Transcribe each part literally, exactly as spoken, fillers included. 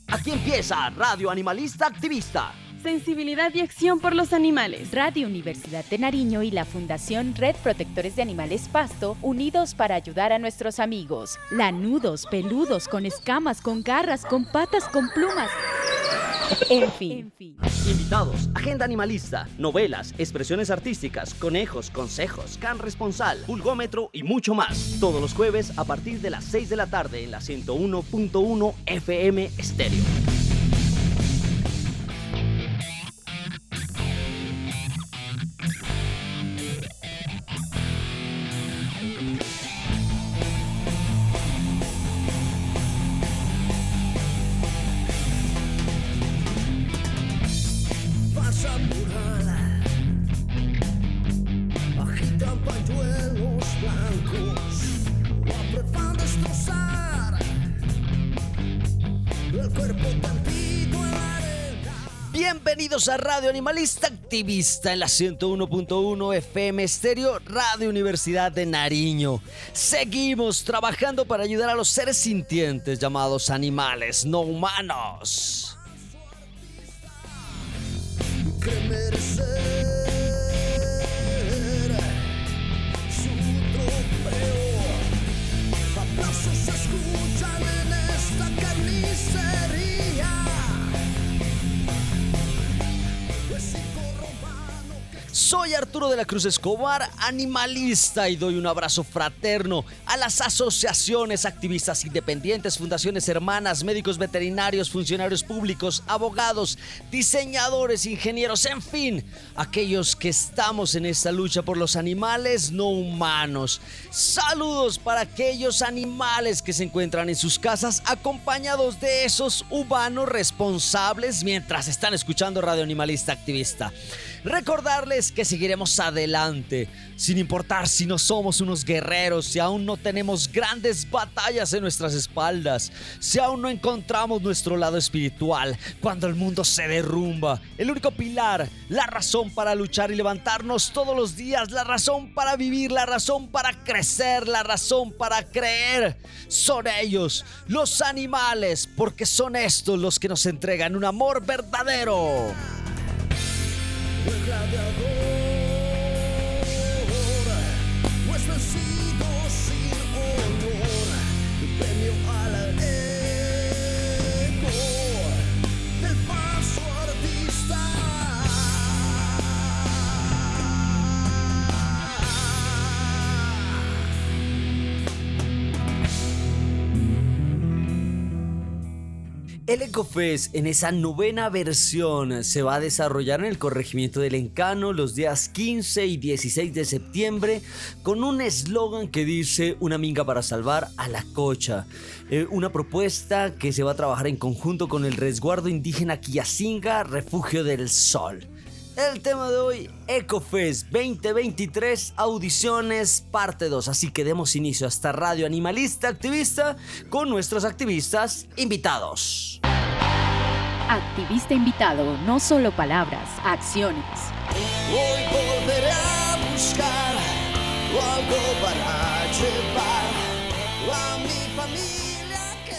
Aquí empieza Radio Animalista Activista. Sensibilidad y acción por los animales. Radio Universidad de Nariño y la Fundación Red Protectores de Animales Pasto, unidos para ayudar a nuestros amigos. Lanudos, peludos, con escamas, con garras, con patas, con plumas. En fin. En fin. Invitados, agenda animalista, novelas, expresiones artísticas, conejos, consejos, can responsal, pulgómetro y mucho más. Todos los jueves a partir de las seis de la tarde en la ciento uno punto uno F M Estéreo. Bienvenidos a Radio Animalista Activista en la ciento uno punto uno F M Estéreo, Radio Universidad de Nariño. Seguimos trabajando para ayudar a los seres sintientes llamados animales no humanos. Soy Arturo de la Cruz Escobar, animalista, y doy un abrazo fraterno a las asociaciones, activistas independientes, fundaciones hermanas, médicos veterinarios, funcionarios públicos, abogados, diseñadores, ingenieros, en fin, aquellos que estamos en esta lucha por los animales no humanos. Saludos para aquellos animales que se encuentran en sus casas acompañados de esos humanos responsables mientras están escuchando Radio Animalista Activista. Recordarles que seguiremos adelante, sin importar si no somos unos guerreros, si aún no tenemos grandes batallas en nuestras espaldas, si aún no encontramos nuestro lado espiritual, cuando el mundo se derrumba. El único pilar, la razón para luchar y levantarnos todos los días, la razón para vivir, la razón para crecer, la razón para creer, son ellos, los animales, porque son estos los que nos entregan un amor verdadero. El gladiador no es vencido sin honor, premio al ego del falso artista. El Ecofest en esa novena versión se va a desarrollar en el corregimiento del Encano los días quince y dieciséis de septiembre con un eslogan que dice una minga para salvar a la cocha, eh, una propuesta que se va a trabajar en conjunto con el resguardo indígena Quiacinga, Refugio del Sol. El tema de hoy, Ecofest veinte veintitrés, audiciones parte dos, así que demos inicio a esta Radio Animalista Activista con nuestros activistas invitados. Activista invitado, no solo palabras, acciones. Hoy volveré a buscar algo para llevar a mi familia que...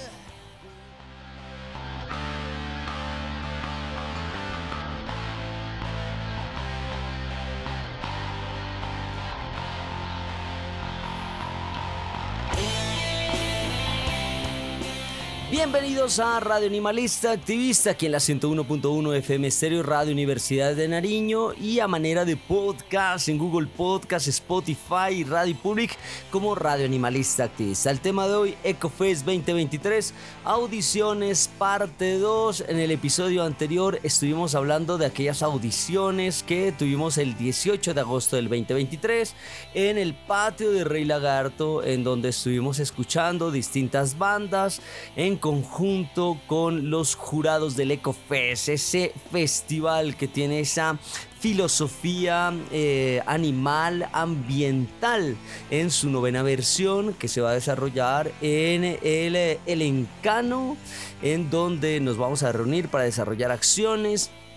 Bienvenidos a Radio Animalista Activista, aquí en la ciento uno punto uno F M Estéreo, Radio Universidad de Nariño, y a manera de podcast en Google Podcast, Spotify y Radio Public como Radio Animalista Activista. El tema de hoy, Ecofest veinte veintitrés, audiciones parte dos. En el episodio anterior estuvimos hablando de aquellas audiciones que tuvimos el dieciocho de agosto del veinte veintitrés en el patio de Rey Lagarto, en donde estuvimos escuchando distintas bandas en conjunto con los jurados del Ecofest, ese festival que tiene esa filosofía eh, animal ambiental en su novena versión, que se va a desarrollar en el, el Encano, en donde nos vamos a reunir para desarrollar acciones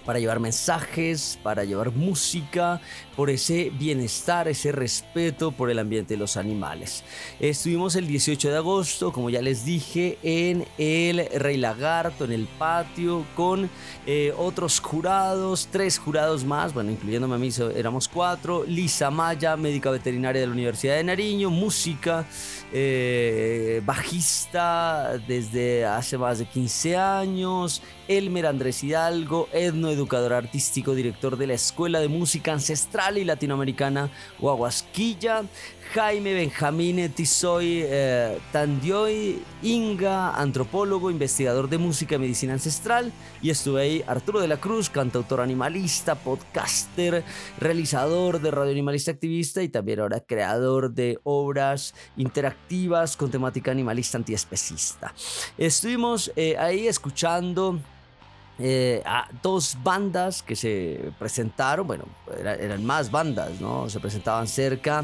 para llevar mensajes, para llevar música, por ese bienestar, ese respeto por el ambiente de los animales. Estuvimos el dieciocho de agosto, como ya les dije, en el Rey Lagarto, en el patio, con eh, otros jurados, tres jurados más, bueno, incluyéndome a mí, éramos cuatro. Lisa Maya, médica veterinaria de la Universidad de Nariño, música, eh, bajista desde hace más de quince años. Elmer Andrés Hidalgo, etnoeducador artístico, director de la Escuela de Música Ancestral y Latinoamericana Guaguasquilla. Jaime Benjamín Tizoy eh, Tandioy Inga, antropólogo, investigador de música y medicina ancestral. Y estuve ahí Arturo de la Cruz, cantautor animalista, podcaster, realizador de Radio Animalista Activista y también ahora creador de obras interactivas con temática animalista antiespecista. Estuvimos eh, ahí escuchando Eh, a dos bandas que se presentaron, bueno, era, eran más bandas, ¿no? Se presentaban cerca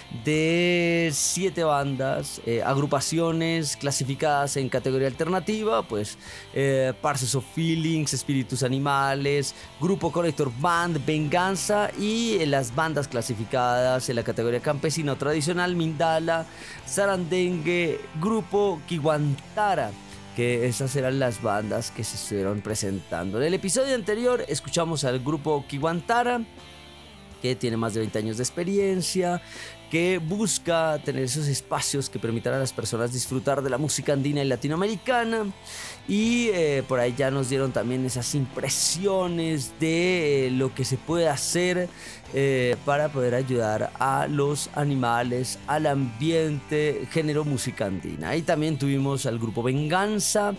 de siete bandas, eh, agrupaciones clasificadas en categoría alternativa, pues eh, Parses of Feelings, Espíritus Animales, Grupo Collector Band, Venganza, y eh, las bandas clasificadas en la categoría campesina o tradicional, Mindala, Sarandengue, Grupo Kiwantara, que esas eran las bandas que se estuvieron presentando. En el episodio anterior escuchamos al grupo Kiwantara, que tiene más de veinte años de experiencia, que busca tener esos espacios que permitan a las personas disfrutar de la música andina y latinoamericana. Y eh, por ahí ya nos dieron también esas impresiones de eh, lo que se puede hacer eh, para poder ayudar a los animales, al ambiente, género música andina. Y también tuvimos al grupo Venganza,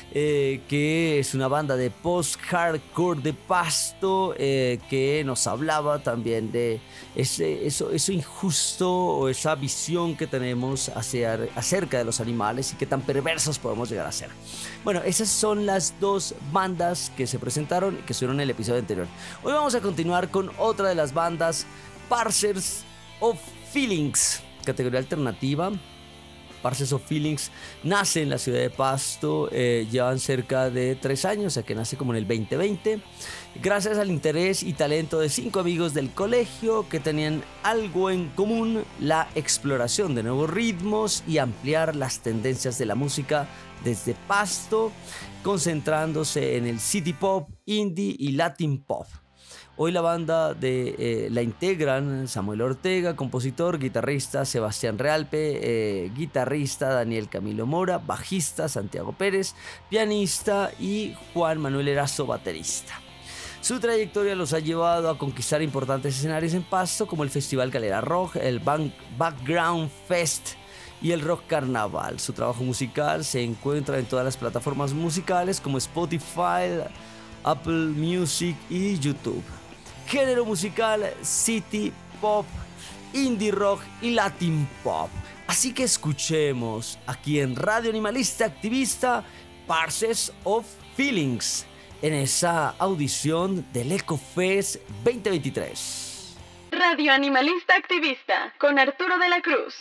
Eh, que es una banda de post-hardcore de Pasto, eh, que nos hablaba también de ese, eso, eso injusto o esa visión que tenemos hacia, acerca de los animales y qué tan perversos podemos llegar a ser. Bueno, esas son las dos bandas que se presentaron y que estuvieron en el episodio anterior. Hoy vamos a continuar con otra de las bandas, Parses of Feelings, categoría alternativa. Parses of Feelings nace en la ciudad de Pasto, eh, llevan cerca de tres años, o sea que nace como en el veinte veinte, gracias al interés y talento de cinco amigos del colegio que tenían algo en común: la exploración de nuevos ritmos y ampliar las tendencias de la música desde Pasto, concentrándose en el city pop, indie y latin pop. Hoy la banda de, eh, la integran Samuel Ortega, compositor, guitarrista Sebastián Realpe, eh, guitarrista Daniel Camilo Mora, bajista Santiago Pérez, pianista, y Juan Manuel Erazo, baterista. Su trayectoria los ha llevado a conquistar importantes escenarios en Pasto, como el Festival Galera Rock, el Background Fest y el Rock Carnaval. Su trabajo musical se encuentra en todas las plataformas musicales como Spotify, Apple Music y YouTube. Género musical: city pop, indie rock y latin pop. Así que escuchemos aquí en Radio Animalista Activista Parses of Feelings en esa audición del EcoFest veinte veintitrés. Radio Animalista Activista con Arturo de la Cruz.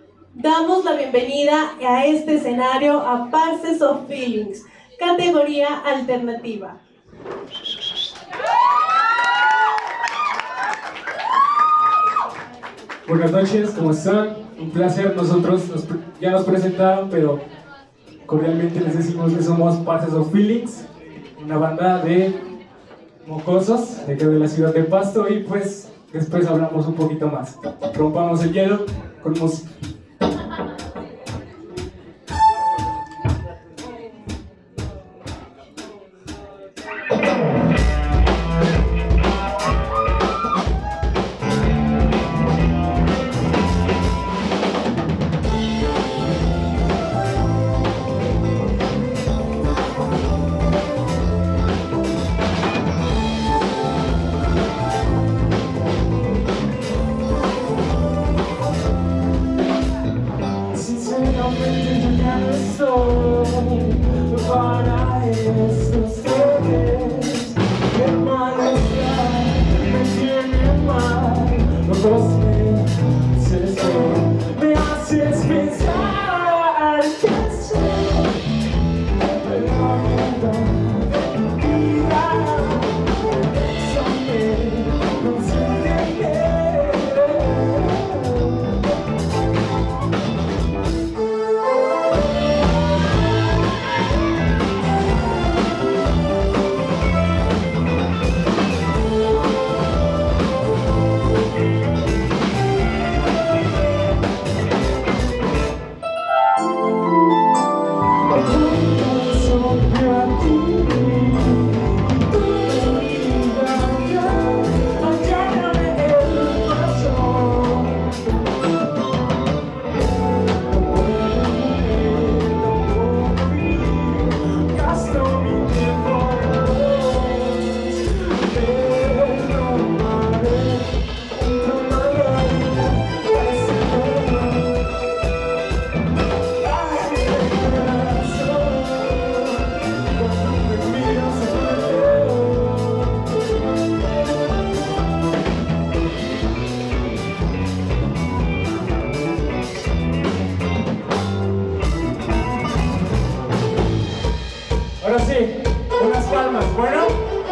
Damos la bienvenida a este escenario a Parses of Feelings, categoría alternativa. Buenas noches, ¿cómo están? Un placer, nosotros nos, ya nos presentaron, pero cordialmente les decimos que somos Parses of Feelings, una banda de mocosos de, de la ciudad de Pasto, y pues después hablamos un poquito más. Rompamos el hielo con música. así, unas palmas, bueno.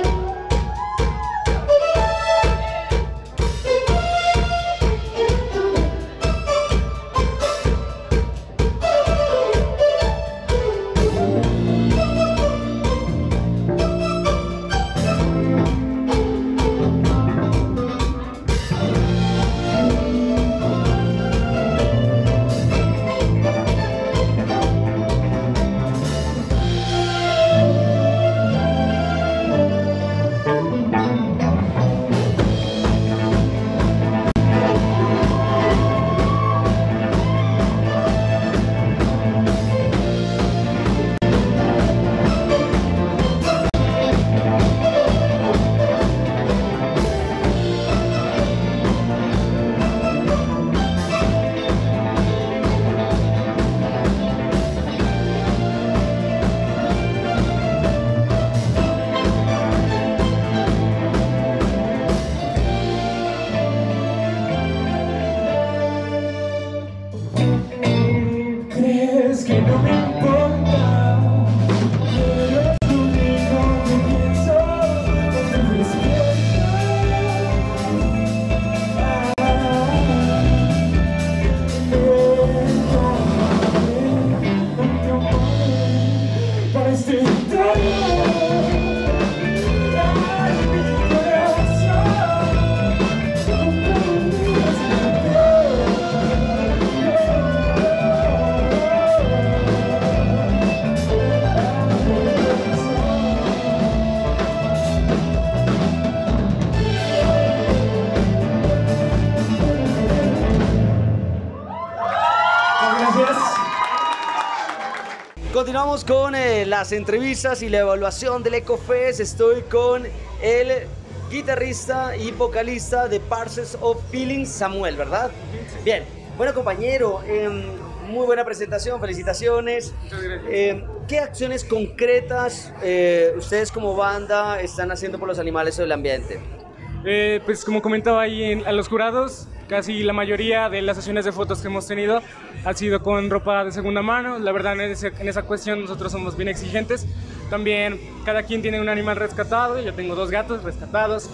Continuamos con eh, las entrevistas y la evaluación del EcoFest. Estoy con el guitarrista y vocalista de Parcels of Feelings, Samuel, ¿verdad? Bien, bueno compañero, eh, muy buena presentación, felicitaciones. Muchas gracias. Eh, ¿Qué acciones concretas eh, ustedes como banda están haciendo por los animales o el ambiente? Eh, pues como comentaba ahí en, a los jurados, casi la mayoría de las sesiones de fotos que hemos tenido ha sido con ropa de segunda mano. La verdad, en, ese, en esa cuestión nosotros somos bien exigentes. También cada quien tiene un animal rescatado. Yo tengo dos gatos rescatados.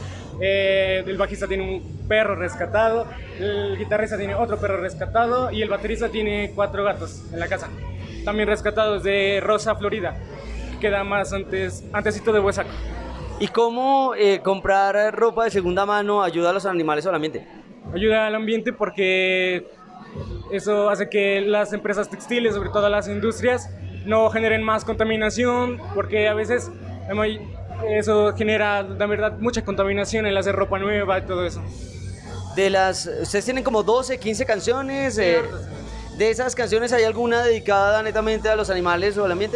Eh, el bajista tiene un perro rescatado. El guitarrista tiene otro perro rescatado. Y el baterista tiene cuatro gatos en la casa. También rescatados de Rosa, Florida. Queda más antes, antesito de Huesaco. ¿Y cómo eh, comprar ropa de segunda mano ayuda a los animales o al ambiente? Ayuda al ambiente porque eso hace que las empresas textiles, sobre todo las industrias, no generen más contaminación, porque a veces eso genera, la verdad, mucha contaminación en hacer ropa nueva y todo eso. De las, ustedes tienen como doce, quince canciones. Eh, ¿De esas canciones hay alguna dedicada netamente a los animales o al ambiente?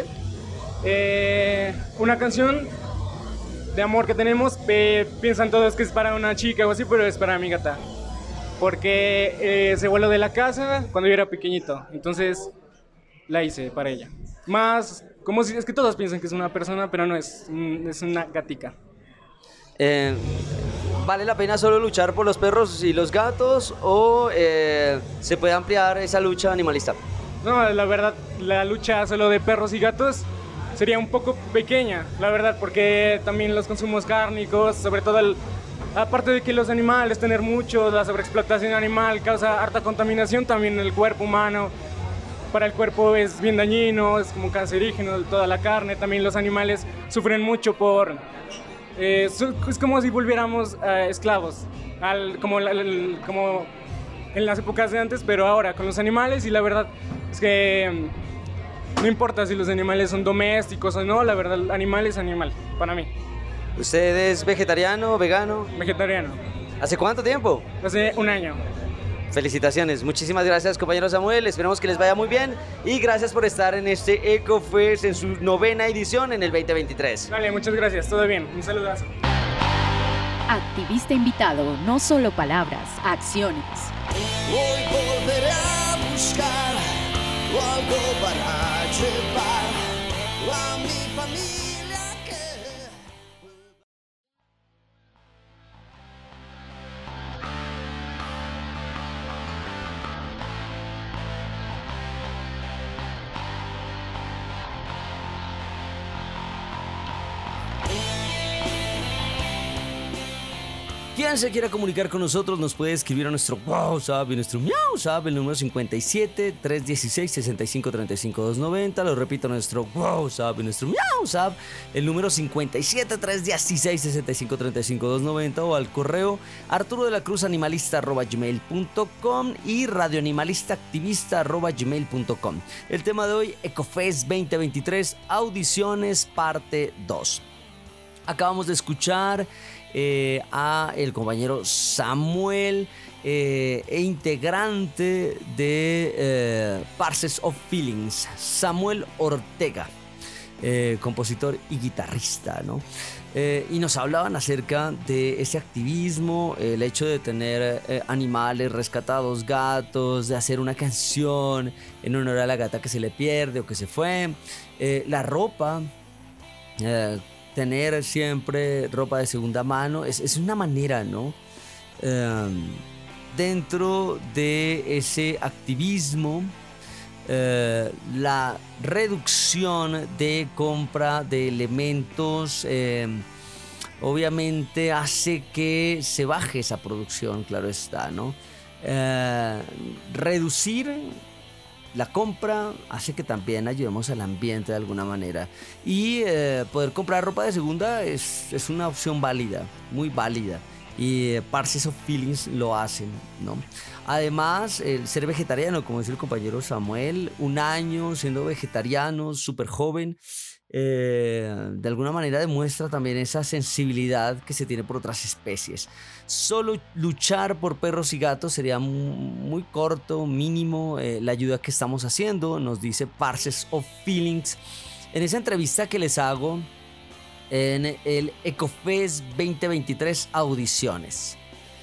Eh, una canción de amor que tenemos, eh, piensan todos que es para una chica o así, pero es para mi gata. Porque eh, se voló de la casa cuando yo era pequeñito, entonces la hice para ella. Más, como si, es que todos piensan que es una persona, pero no, es, es una gatica. Eh, ¿Vale la pena solo luchar por los perros y los gatos o eh, se puede ampliar esa lucha animalista? No, la verdad, la lucha solo de perros y gatos sería un poco pequeña, la verdad, porque también los consumos cárnicos, sobre todo el... Aparte de que los animales, tener mucho, la sobreexplotación animal causa harta contaminación, también el cuerpo humano, para el cuerpo es bien dañino, es como cancerígeno toda la carne, también los animales sufren mucho por... Eh, es como si volviéramos eh, esclavos, al, como, al, como en las épocas de antes, pero ahora con los animales, y la verdad es que no importa si los animales son domésticos o no, la verdad el animal es animal, para mí. ¿Usted es vegetariano, vegano? Vegetariano. ¿Hace cuánto tiempo? Hace un año. Felicitaciones, muchísimas gracias compañero Samuel, esperemos que les vaya muy bien y gracias por estar en este EcoFest en su novena edición en el veinte veintitrés. Vale, muchas gracias, todo bien, un saludazo. Activista invitado, no solo palabras, acciones. Hoy volveré a buscar algo para llevar a mi familia. Quien se quiera comunicar con nosotros nos puede escribir a nuestro WhatsApp y nuestro MiauSap, el número cincuenta y siete, trescientos dieciséis, sesenta y cinco, treinta y cinco, doscientos noventa. Lo repito, nuestro WhatsApp y nuestro MiauSap, el número cincuenta y siete, trescientos dieciséis, sesenta y cinco, treinta y cinco, doscientos noventa, o al correo arturo de la cruz animalista arroba gmail punto com y radioanimalista-activista arroba gmail punto com. El tema de hoy, Ecofest veinte veintitrés, audiciones parte dos. Acabamos de escuchar eh, a el compañero Samuel, eh, e integrante de eh, Parses of Feelings, Samuel Ortega, eh, compositor y guitarrista, ¿no? Eh, y nos hablaban acerca de ese activismo, el hecho de tener eh, animales rescatados, gatos, de hacer una canción en honor a la gata que se le pierde o que se fue, eh, la ropa, eh, tener siempre ropa de segunda mano, es, es una manera, ¿no? Eh, dentro de ese activismo, eh, la reducción de compra de elementos eh, obviamente hace que se baje esa producción, claro está, ¿no? Eh, reducir la compra hace que también ayudemos al ambiente de alguna manera. Y eh, poder comprar ropa de segunda es, es una opción válida, muy válida. Y eh, Parses of Feelings lo hacen, ¿no? Además, el ser vegetariano, como dice el compañero Samuel, un año siendo vegetariano, súper joven, eh, de alguna manera demuestra también esa sensibilidad que se tiene por otras especies. Solo luchar por perros y gatos sería muy corto, mínimo, eh, la ayuda que estamos haciendo, nos dice Parses of Feelings en esa entrevista que les hago en el Ecofest veinte veintitrés audiciones.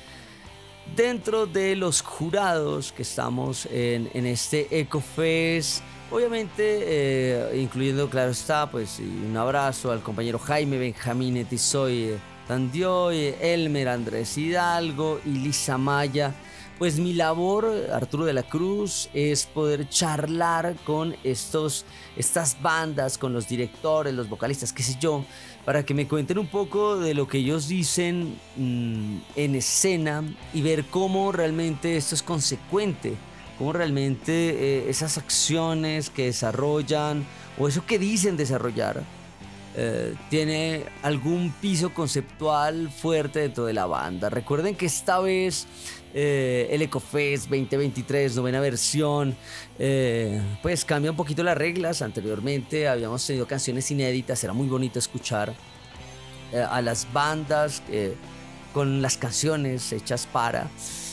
Dentro de los jurados que estamos en, en este Ecofest, obviamente, eh, incluyendo, claro está, pues un abrazo al compañero Jaime Benjamín Etizoy Tandioy, Elmer Andrés Hidalgo y Lisa Maya. Pues mi labor, Arturo de la Cruz, es poder charlar con estos, estas bandas, con los directores, los vocalistas, qué sé yo, para que me cuenten un poco de lo que ellos dicen mmm, en escena y ver cómo realmente esto es consecuente, cómo realmente eh, esas acciones que desarrollan o eso que dicen desarrollar eh, tiene algún piso conceptual fuerte dentro de la banda. Recuerden que esta vez eh, el Ecofest veinte veintitrés, novena versión, eh, pues cambia un poquito las reglas. Anteriormente habíamos tenido canciones inéditas, era muy bonito escuchar eh, a las bandas eh, con las canciones hechas para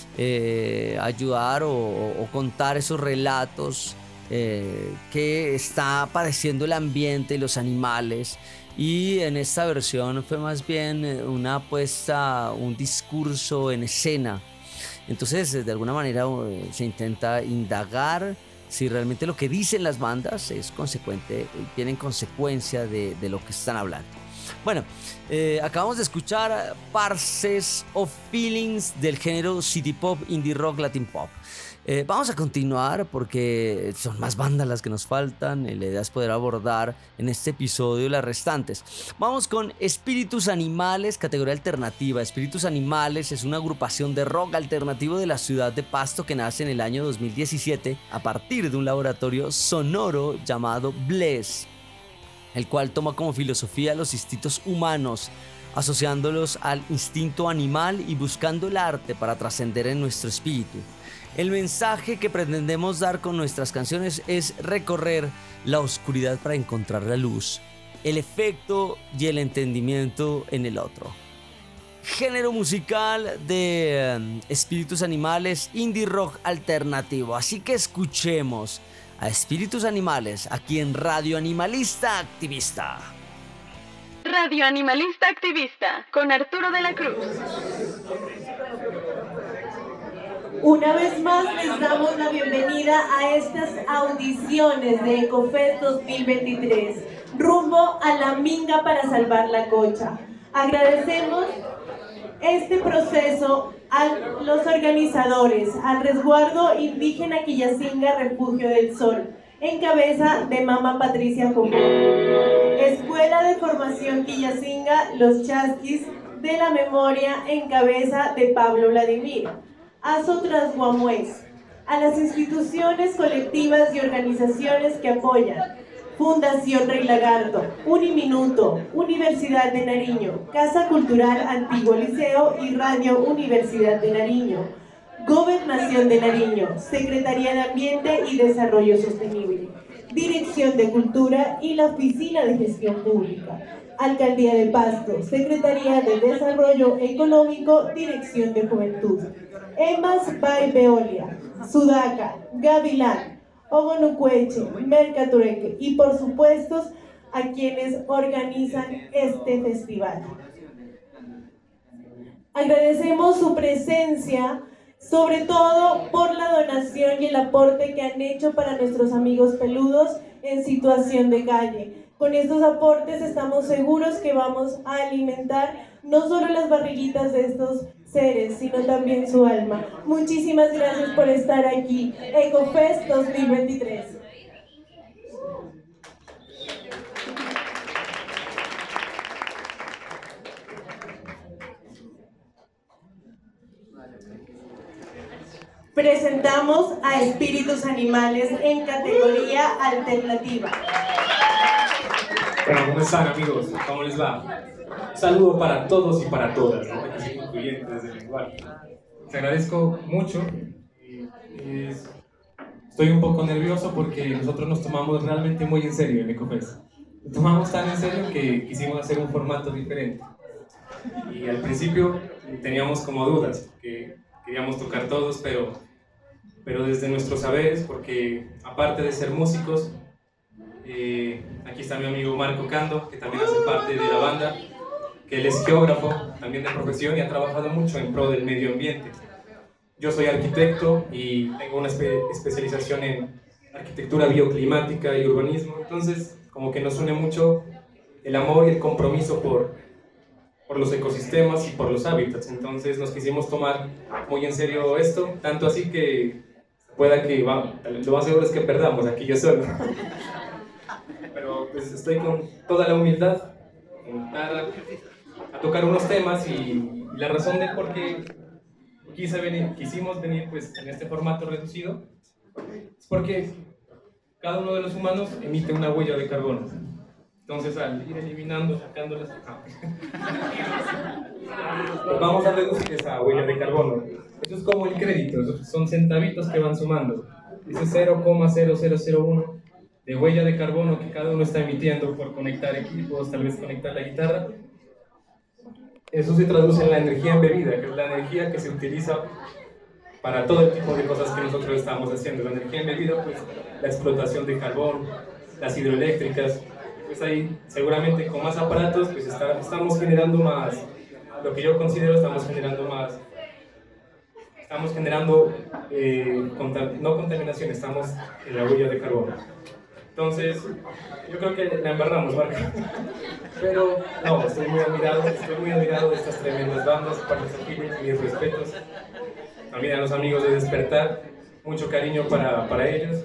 eh, ayudar o, o contar esos relatos Eh, que está padeciendo el ambiente y los animales, y en esta versión fue más bien una apuesta, un discurso en escena. Entonces de alguna manera eh, se intenta indagar si realmente lo que dicen las bandas es consecuente, tienen consecuencia de, de lo que están hablando. Bueno, eh, acabamos de escuchar Parses of Feelings del género City Pop, Indie Rock, Latin Pop. Eh, vamos a continuar porque son más bandas las que nos faltan. La idea es poder abordar en este episodio las restantes. Vamos con Espíritus Animales, categoría alternativa. Espíritus Animales es una agrupación de rock alternativo de la ciudad de Pasto que nace en el año dos mil diecisiete a partir de un laboratorio sonoro llamado Bless, el cual toma como filosofía los instintos humanos, asociándolos al instinto animal y buscando el arte para trascender en nuestro espíritu. El mensaje que pretendemos dar con nuestras canciones es recorrer la oscuridad para encontrar la luz, el efecto y el entendimiento en el otro. Género musical de um, Espíritus Animales, indie rock alternativo. Así que escuchemos a Espíritus Animales aquí en Radio Animalista Activista. Radio Animalista Activista con Arturo de la Cruz. Una vez más les damos la bienvenida a estas audiciones de Ecofest dos mil veintitrés, rumbo a la minga para salvar la cocha. Agradecemos este proceso a los organizadores, al resguardo indígena Quillacinga Refugio del Sol, en cabeza de Mama Patricia Jocó, Escuela de Formación Quillacinga Los Chasquis de la Memoria en cabeza de Pablo Vladimir, a Sotrasguamués, a las instituciones colectivas y organizaciones que apoyan: Fundación Rey Lagarto, Uniminuto, Universidad de Nariño, Casa Cultural Antiguo Liceo y Radio Universidad de Nariño, Gobernación de Nariño, Secretaría de Ambiente y Desarrollo Sostenible, Dirección de Cultura y la Oficina de Gestión Pública, Alcaldía de Pasto, Secretaría de Desarrollo Económico, Dirección de Juventud, Emas Bay Veolia, Sudaca, Gavilán, Ogonucueche, Mercatureque y por supuesto a quienes organizan este festival. Agradecemos su presencia, sobre todo por la donación y el aporte que han hecho para nuestros amigos peludos en situación de calle. Con estos aportes estamos seguros que vamos a alimentar no solo las barriguitas de estos seres, sino también su alma. Muchísimas gracias por estar aquí. Ecofest dos mil veintitrés. Presentamos a Espíritus Animales en categoría alternativa. Bueno, ¿cómo están, amigos? ¿Cómo les va? Un saludo para todos y para todas, ¿no? Hay que ser incluyentes del lenguaje. Te agradezco mucho. Es... Estoy un poco nervioso porque nosotros nos tomamos realmente muy en serio en Ecofest. Nos tomamos tan en serio que quisimos hacer un formato diferente. Y al principio teníamos como dudas, que queríamos tocar todos, pero, pero desde nuestros saberes, porque aparte de ser músicos, eh, aquí está mi amigo Marco Cando, que también hace parte de la banda, que él es geógrafo, también de profesión, y ha trabajado mucho en pro del medio ambiente. Yo soy arquitecto y tengo una espe especialización en arquitectura bioclimática y urbanismo, entonces como que nos une mucho el amor y el compromiso por, por los ecosistemas y por los hábitats. Entonces nos quisimos tomar muy en serio esto, tanto así que pueda que, va, lo más seguro es que perdamos aquí yo solo. Pero pues estoy con toda la humildad a, a tocar unos temas, y, y la razón de por qué quise venir, quisimos venir pues en este formato reducido es porque cada uno de los humanos emite una huella de carbono. Entonces, al ir eliminando, sacándolas, pues vamos a reducir esa huella de carbono. Eso es como el crédito, son centavitos que van sumando. Ese cero coma cero cero cero uno de huella de carbono que cada uno está emitiendo por conectar equipos, tal vez conectar la guitarra, eso se traduce en la energía embebida, que es la energía que se utiliza para todo el tipo de cosas que nosotros estamos haciendo. La energía embebida, pues la explotación de carbón, las hidroeléctricas, pues ahí seguramente con más aparatos pues está, estamos generando más, lo que yo considero estamos generando más, estamos generando, eh, contam no contaminación, estamos en la huella de carbono. Entonces, yo creo que la embarramos, Marco. Pero no, estoy muy admirado, estoy muy admirado de estas tremendas bandas, Parques Aquiles, mis respetos. También a los amigos de Despertar, mucho cariño para, para ellos.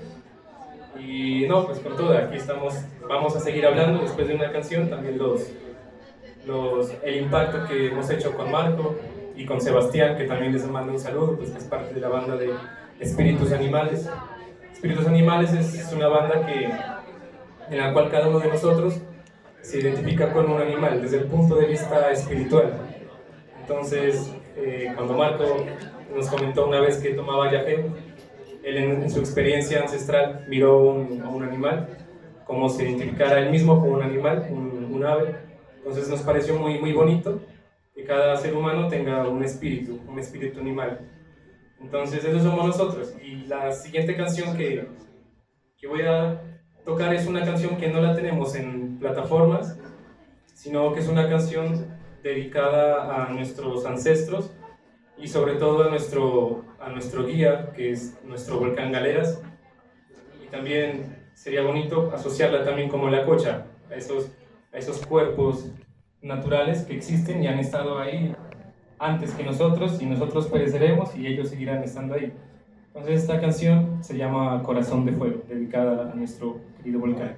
Y no, pues con todo, aquí estamos, vamos a seguir hablando después de una canción, también los, los, el impacto que hemos hecho con Marco y con Sebastián, que también les mando un saludo, pues que es parte de la banda de Espíritus Animales. Espíritus Animales es una banda que, en la cual cada uno de nosotros se identifica con un animal desde el punto de vista espiritual. Entonces, eh, cuando Marco nos comentó una vez que tomaba yagé, él en, en su experiencia ancestral miró un, a un animal, como se identificara él mismo como un animal, un, un ave. Entonces nos pareció muy, muy bonito que cada ser humano tenga un espíritu, un espíritu animal. Entonces eso somos nosotros. Y la siguiente canción que, que voy a tocar es una canción que no la tenemos en plataformas, sino que es una canción dedicada a nuestros ancestros y sobre todo a nuestro, a nuestro guía, que es nuestro volcán Galeras. Y también sería bonito asociarla también como la cocha, a esos, a esos cuerpos naturales que existen y han estado ahí antes que nosotros, y nosotros pereceremos y ellos seguirán estando ahí. Entonces esta canción se llama Corazón de Fuego, dedicada a nuestro querido volcán.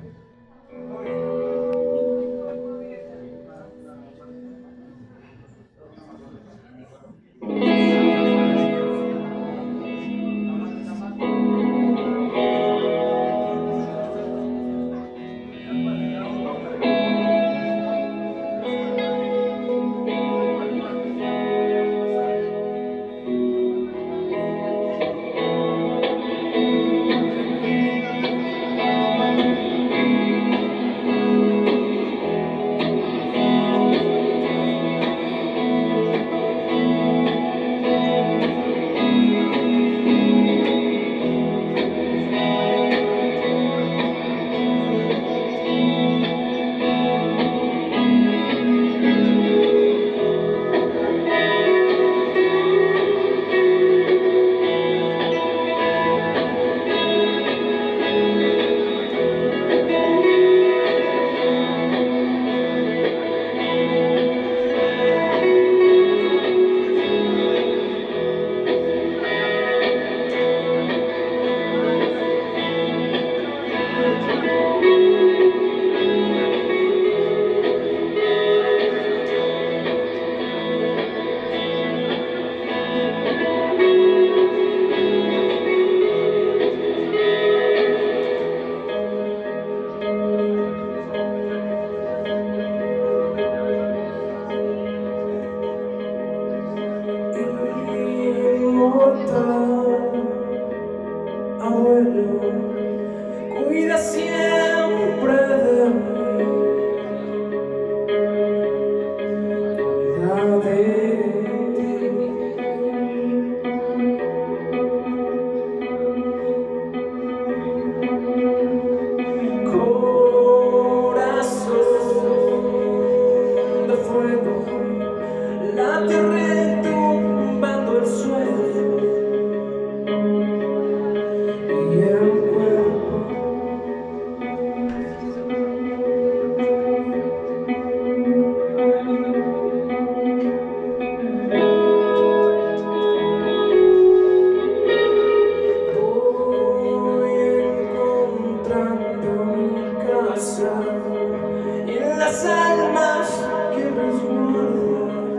y en las almas que resguardas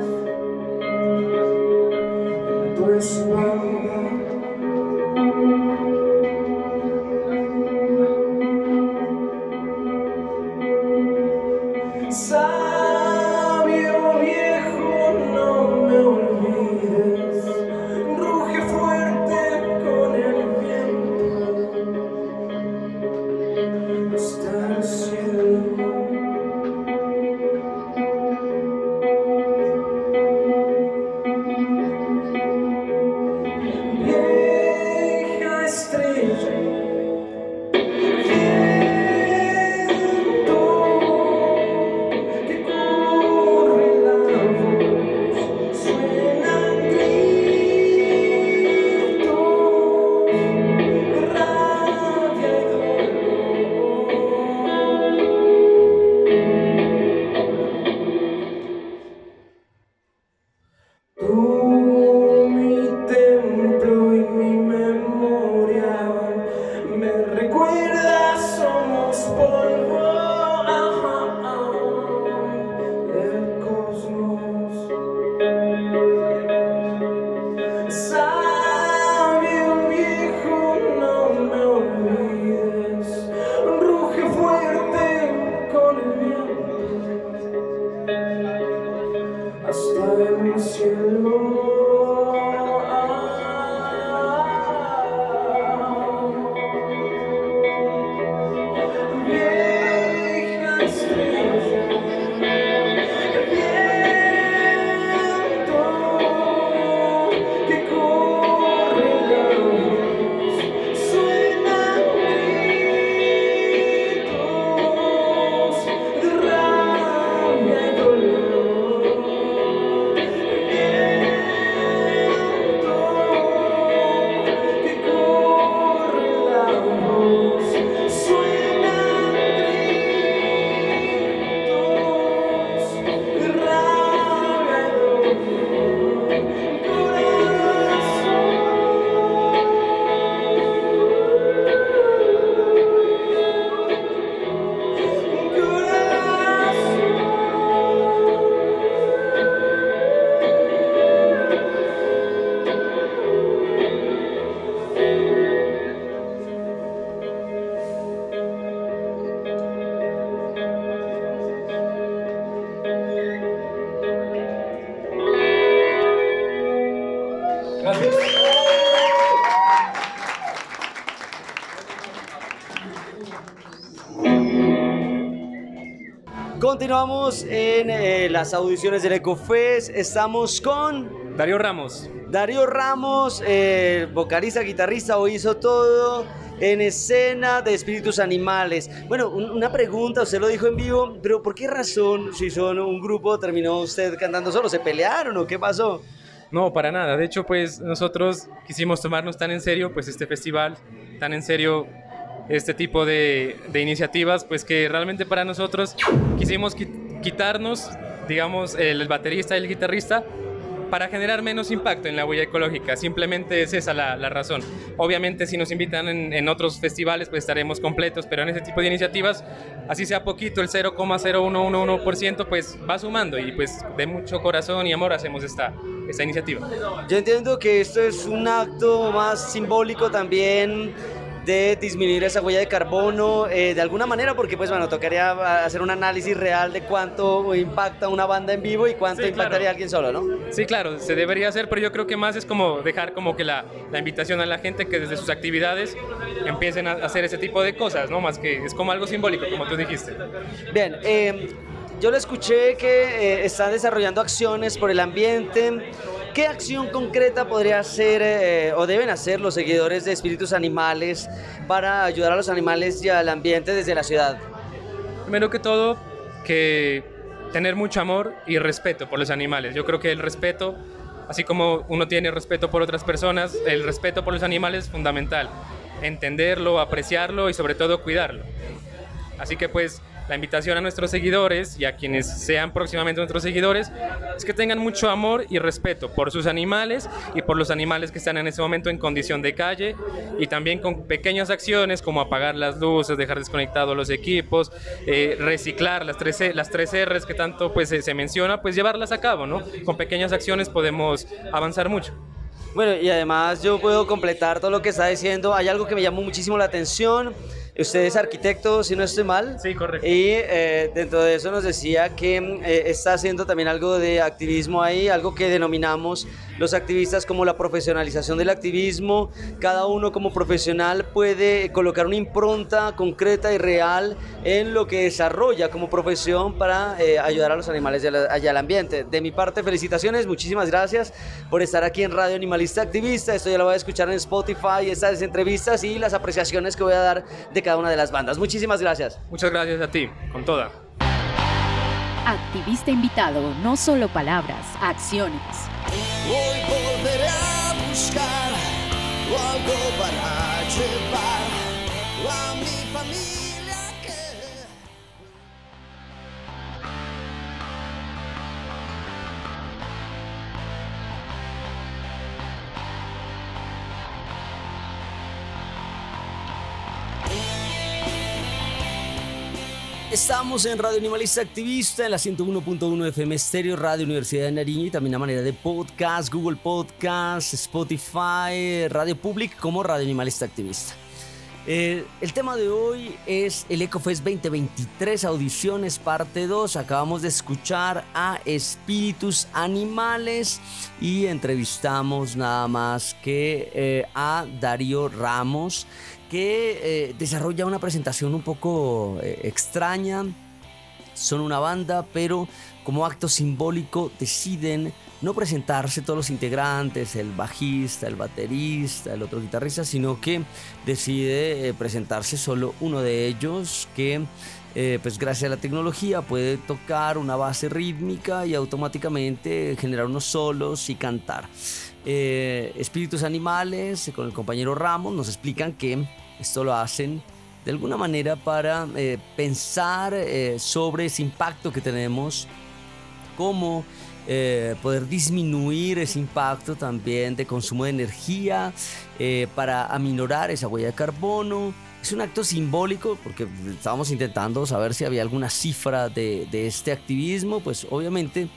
en tu espalda. Sabio viejo, no me olvides, ruge fuerte con el viento hasta el cielo. Vieja estrella, Continuamos en eh, las audiciones del Ecofest. Estamos con Darío Ramos. Darío Ramos, eh, vocalista, guitarrista, hoy hizo todo en escena de Espíritus Animales. Bueno, un, una pregunta, usted lo dijo en vivo, pero ¿por qué razón, si son un grupo, terminó usted cantando solo? ¿Se pelearon o qué pasó? No, para nada. De hecho, pues nosotros quisimos tomarnos tan en serio pues este festival, tan en serio este tipo de, de iniciativas, pues que realmente para nosotros quisimos qui- quitarnos, digamos, el, el baterista y el guitarrista para generar menos impacto en la huella ecológica. Simplemente es esa la, la razón. Obviamente si nos invitan en, en otros festivales pues estaremos completos, pero en ese tipo de iniciativas, así sea poquito, el cero coma cero uno uno uno por ciento pues va sumando y pues de mucho corazón y amor hacemos esta, esta iniciativa. Yo entiendo que esto es un acto más simbólico también de disminuir esa huella de carbono eh, de alguna manera, porque pues bueno, tocaría hacer un análisis real de cuánto impacta una banda en vivo y cuánto Sí, impactaría claro. alguien solo, ¿no? Sí, claro, se debería hacer, pero yo creo que más es como dejar como que la, la invitación a la gente que desde sus actividades empiecen a hacer ese tipo de cosas, ¿no? Más que es como algo simbólico, como tú dijiste. Bien, eh, yo le escuché que eh, están desarrollando acciones por el ambiente. ¿Qué acción concreta podría hacer eh, o deben hacer los seguidores de Espíritus Animales para ayudar a los animales y al ambiente desde la ciudad? Primero que todo, que tener mucho amor y respeto por los animales. Yo creo que el respeto, así como uno tiene respeto por otras personas, el respeto por los animales es fundamental. Entenderlo, apreciarlo y sobre todo cuidarlo. Así que pues la invitación a nuestros seguidores y a quienes sean próximamente nuestros seguidores es que tengan mucho amor y respeto por sus animales y por los animales que están en este momento en condición de calle, y también con pequeñas acciones como apagar las luces, dejar desconectados los equipos, eh, reciclar las tres, las tres R's que tanto pues, se, se menciona, pues llevarlas a cabo, ¿no? Con pequeñas acciones podemos avanzar mucho. Bueno, y además yo puedo completar todo lo que está diciendo. Hay algo que me llamó muchísimo la atención. Usted es arquitecto, si no estoy mal. Sí, correcto. Y eh, dentro de eso nos decía que eh, está haciendo también algo de activismo ahí, algo que denominamos los activistas como la profesionalización del activismo. Cada uno como profesional puede colocar una impronta concreta y real en lo que desarrolla como profesión para eh, ayudar a los animales y al ambiente. De mi parte, felicitaciones, muchísimas gracias por estar aquí en Radio Animalista Activista. Esto ya lo voy a escuchar en Spotify, estas entrevistas y las apreciaciones que voy a dar de cada una de las bandas. Muchísimas gracias. Muchas gracias a ti, con toda. Activista invitado, no solo palabras, acciones. Hoy volveré a buscar algo para llevar a mi familia que... Estamos en Radio Animalista Activista en la ciento uno punto uno F M Estéreo, Radio Universidad de Nariño, y también a manera de podcast, Google Podcast, Spotify, Radio Public como Radio Animalista Activista. Eh, el tema de hoy es el EcoFest veinte veintitrés, audiciones parte dos. Acabamos de escuchar a Espíritus Animales y entrevistamos nada más que eh, a Darío Ramos, que eh, desarrolla una presentación un poco eh, extraña. Son una banda, pero como acto simbólico deciden no presentarse todos los integrantes, el bajista, el baterista, el otro guitarrista, sino que decide eh, presentarse solo uno de ellos, que eh, pues gracias a la tecnología puede tocar una base rítmica y automáticamente generar unos solos y cantar. Eh, Espíritus Animales, con el compañero Ramos, nos explican que esto lo hacen de alguna manera para eh, pensar eh, sobre ese impacto que tenemos, cómo eh, poder disminuir ese impacto también de consumo de energía, eh, para aminorar esa huella de carbono. Es un acto simbólico porque estábamos intentando saber si había alguna cifra de, de este activismo. Pues obviamente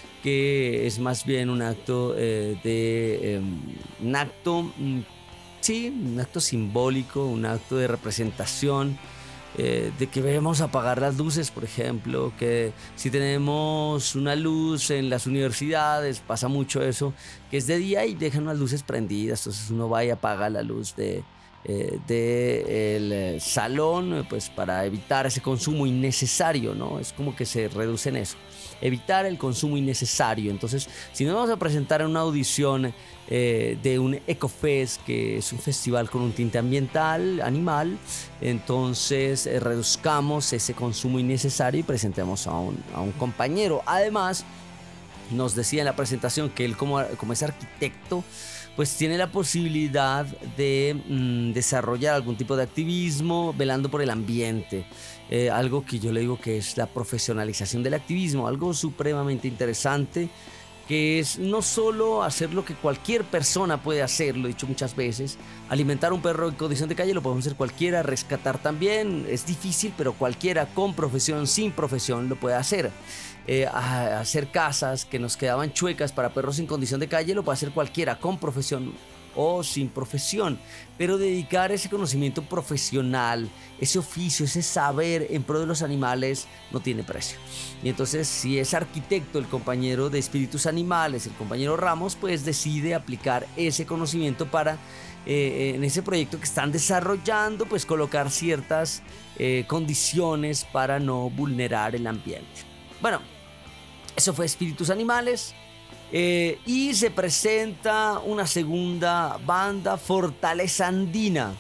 que es más bien un acto eh, de eh, un acto sí, un acto simbólico, un acto de representación, eh, de que debemos apagar las luces, por ejemplo, que si tenemos una luz en las universidades, pasa mucho eso, que es de día y dejan unas luces prendidas, entonces uno va y apaga la luz de Eh, del eh, salón, pues para evitar ese consumo innecesario, ¿no? Es como que se reduce en eso, evitar el consumo innecesario. Entonces, si nos vamos a presentar en una audición eh, de un EcoFest, que es un festival con un tinte ambiental, animal, entonces eh, reduzcamos ese consumo innecesario y presentemos a un, a un compañero. Además, nos decía en la presentación que él como, como es arquitecto, pues tiene la posibilidad de mmm, desarrollar algún tipo de activismo velando por el ambiente, eh, algo que yo le digo que es la profesionalización del activismo, algo supremamente interesante, que es no solo hacer lo que cualquier persona puede hacer, lo he dicho muchas veces, alimentar a un perro en condición de calle lo podemos hacer cualquiera, rescatar también, es difícil, pero cualquiera con profesión, sin profesión lo puede hacer. Eh, a hacer casas que nos quedaban chuecas para perros en condición de calle lo puede hacer cualquiera con profesión o sin profesión, pero dedicar ese conocimiento profesional, ese oficio, ese saber en pro de los animales no tiene precio. Y entonces, si es arquitecto el compañero de Espíritus Animales, el compañero Ramos, pues decide aplicar ese conocimiento para eh, en ese proyecto que están desarrollando, pues colocar ciertas eh, condiciones para no vulnerar el ambiente. Bueno, eso fue Espíritus Animales. Eh, y se presenta una segunda banda, Fortaleza Andina.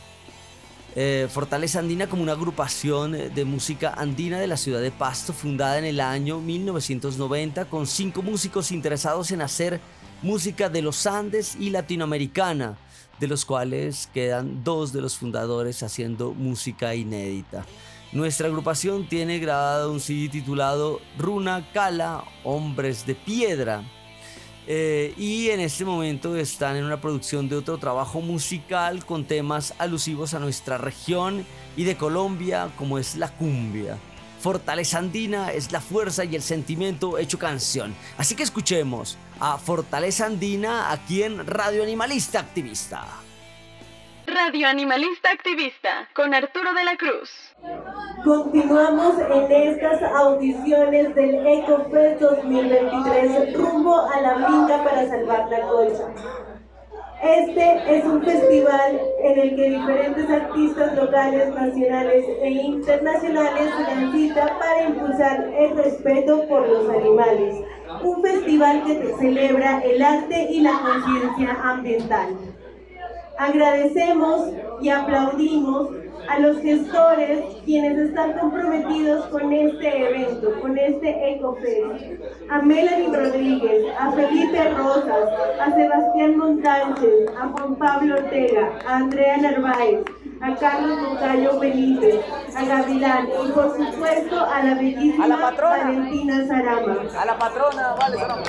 Eh, Fortaleza Andina como una agrupación de música andina de la ciudad de Pasto, fundada en el año mil novecientos noventa, con cinco músicos interesados en hacer música de los Andes y latinoamericana, de los cuales quedan dos de los fundadores haciendo música inédita. Nuestra agrupación tiene grabado un C D titulado Runa Kala, Hombres de Piedra. Eh, y en este momento están en una producción de otro trabajo musical con temas alusivos a nuestra región y de Colombia, como es la cumbia. Fortaleza Andina es la fuerza y el sentimiento hecho canción. Así que escuchemos a Fortaleza Andina aquí en Radio Animalista Activista. Radio Animalista Activista con Arturo de la Cruz. Continuamos en estas audiciones del EcoFest dos mil veintitrés rumbo a la Minga para salvar la Cocha. Este es un festival en el que diferentes artistas locales, nacionales e internacionales se dan cita para impulsar el respeto por los animales. Un festival que celebra el arte y la conciencia ambiental. Agradecemos y aplaudimos a los gestores quienes están comprometidos con este evento, con este EcoFest. A Melanie Rodríguez, a Felipe Rosas, a Sebastián Montánchez, a Juan Pablo Ortega, a Andrea Narváez, a Carlos Moncayo Benítez, a Gavilán y por supuesto a la bellísima a la patrona, Valentina Sarama. A la patrona, vale, Sarama.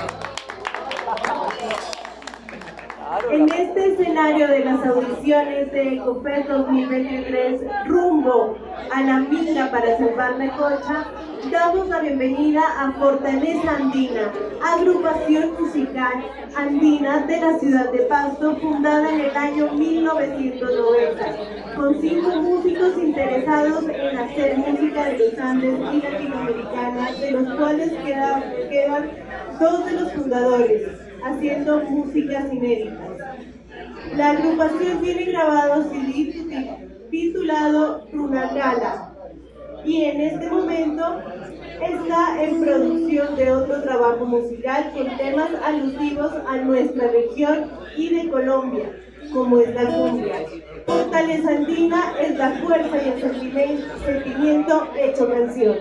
En este escenario de las audiciones de EcoFest dos mil veintitrés rumbo a la Minga para salvar la Cocha, damos la bienvenida a Fortaleza Andina, agrupación musical andina de la ciudad de Pasto, fundada en el año mil novecientos noventa, con cinco músicos interesados en hacer música de los Andes y latinoamericana, de los cuales quedan, quedan dos de los fundadores, haciendo músicas inéditas. La agrupación tiene grabado C D titulado Runa Kala y en este momento está en producción de otro trabajo musical con temas alusivos a nuestra región y de Colombia, como es la cumbia. Fortaleza Andina es la fuerza y el sentimiento, sentimiento hecho canción.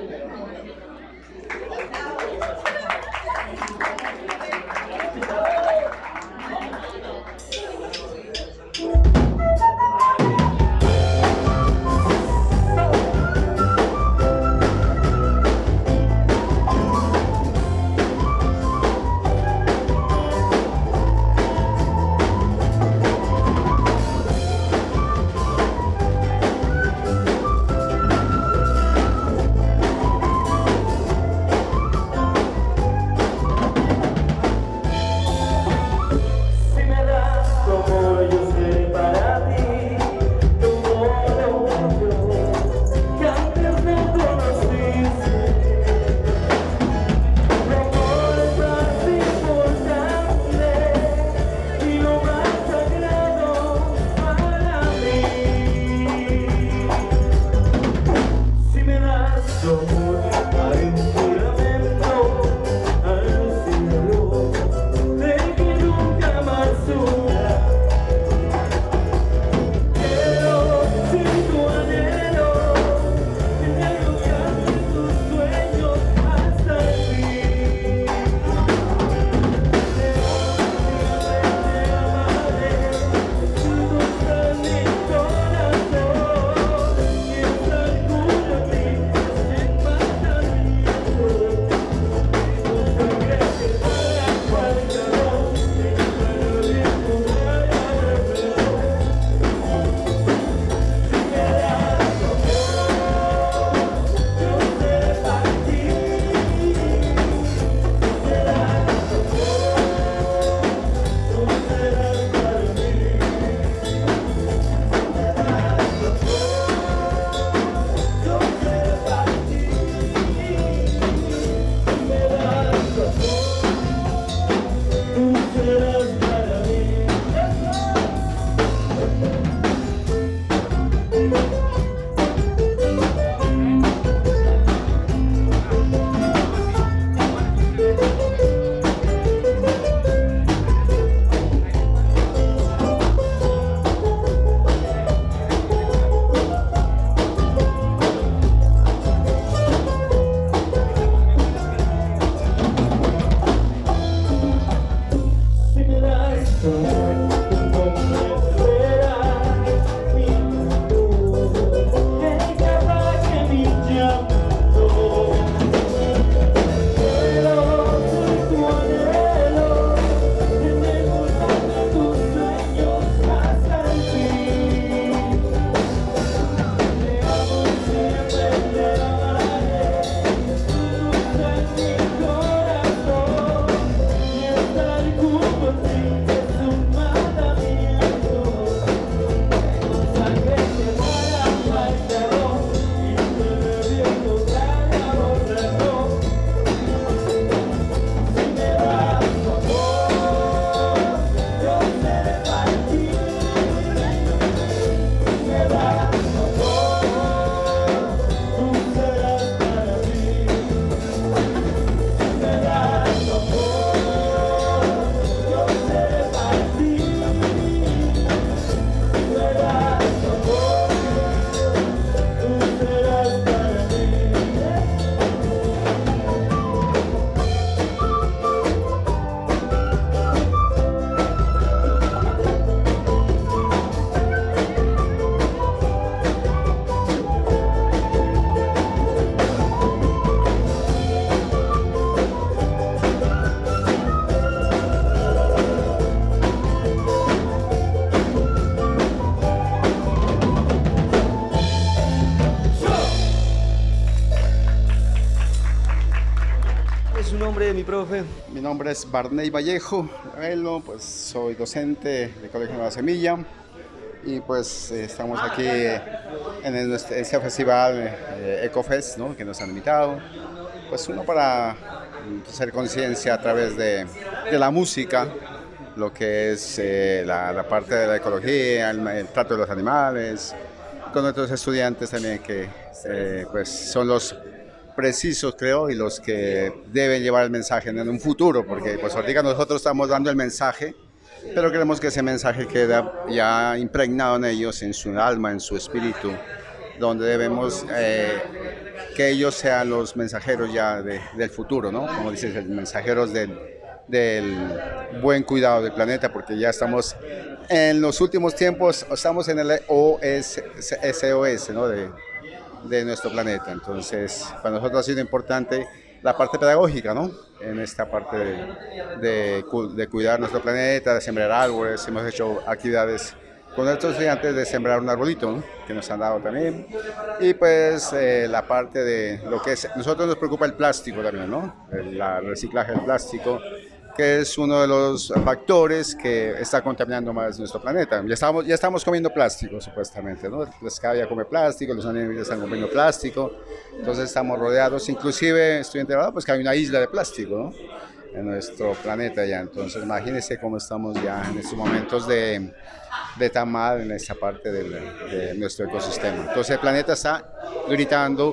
es su nombre, mi profe? Mi nombre es Barney Vallejo, Ravelo, pues soy docente del Colegio Nueva Semilla y pues eh, estamos aquí eh, en el, este festival eh, Ecofest, ¿no? Que nos han invitado, pues uno para hacer conciencia a través de, de la música, lo que es eh, la, la parte de la ecología, el, el trato de los animales, con nuestros estudiantes también que eh, pues son los precisos, creo, y los que deben llevar el mensaje en un futuro, porque pues ahorita nosotros estamos dando el mensaje, pero queremos que ese mensaje quede ya impregnado en ellos, en su alma, en su espíritu, donde debemos eh, que ellos sean los mensajeros ya de, del futuro, ¿no? Como dices, los mensajeros del, del buen cuidado del planeta, porque ya estamos en los últimos tiempos, estamos en el O S O S, ¿no? De, de nuestro planeta. Entonces, para nosotros ha sido importante la parte pedagógica, ¿no? En esta parte de, de, de cuidar nuestro planeta, de sembrar árboles. Hemos hecho actividades con nuestros estudiantes de sembrar un arbolito, ¿no? Que nos han dado también. Y pues eh, la parte de lo que es, nosotros nos preocupa el plástico también, ¿no? El, el reciclaje del plástico, que es uno de los factores que está contaminando más nuestro planeta. Ya estamos, ya estamos comiendo plástico, supuestamente, ¿no? La escabia come plástico, los animales están comiendo plástico, entonces estamos rodeados, inclusive estoy enterado pues que hay una isla de plástico, ¿no? En nuestro planeta ya, entonces imagínense cómo estamos ya en estos momentos de, de tan mal en esta parte del, de nuestro ecosistema. Entonces el planeta está gritando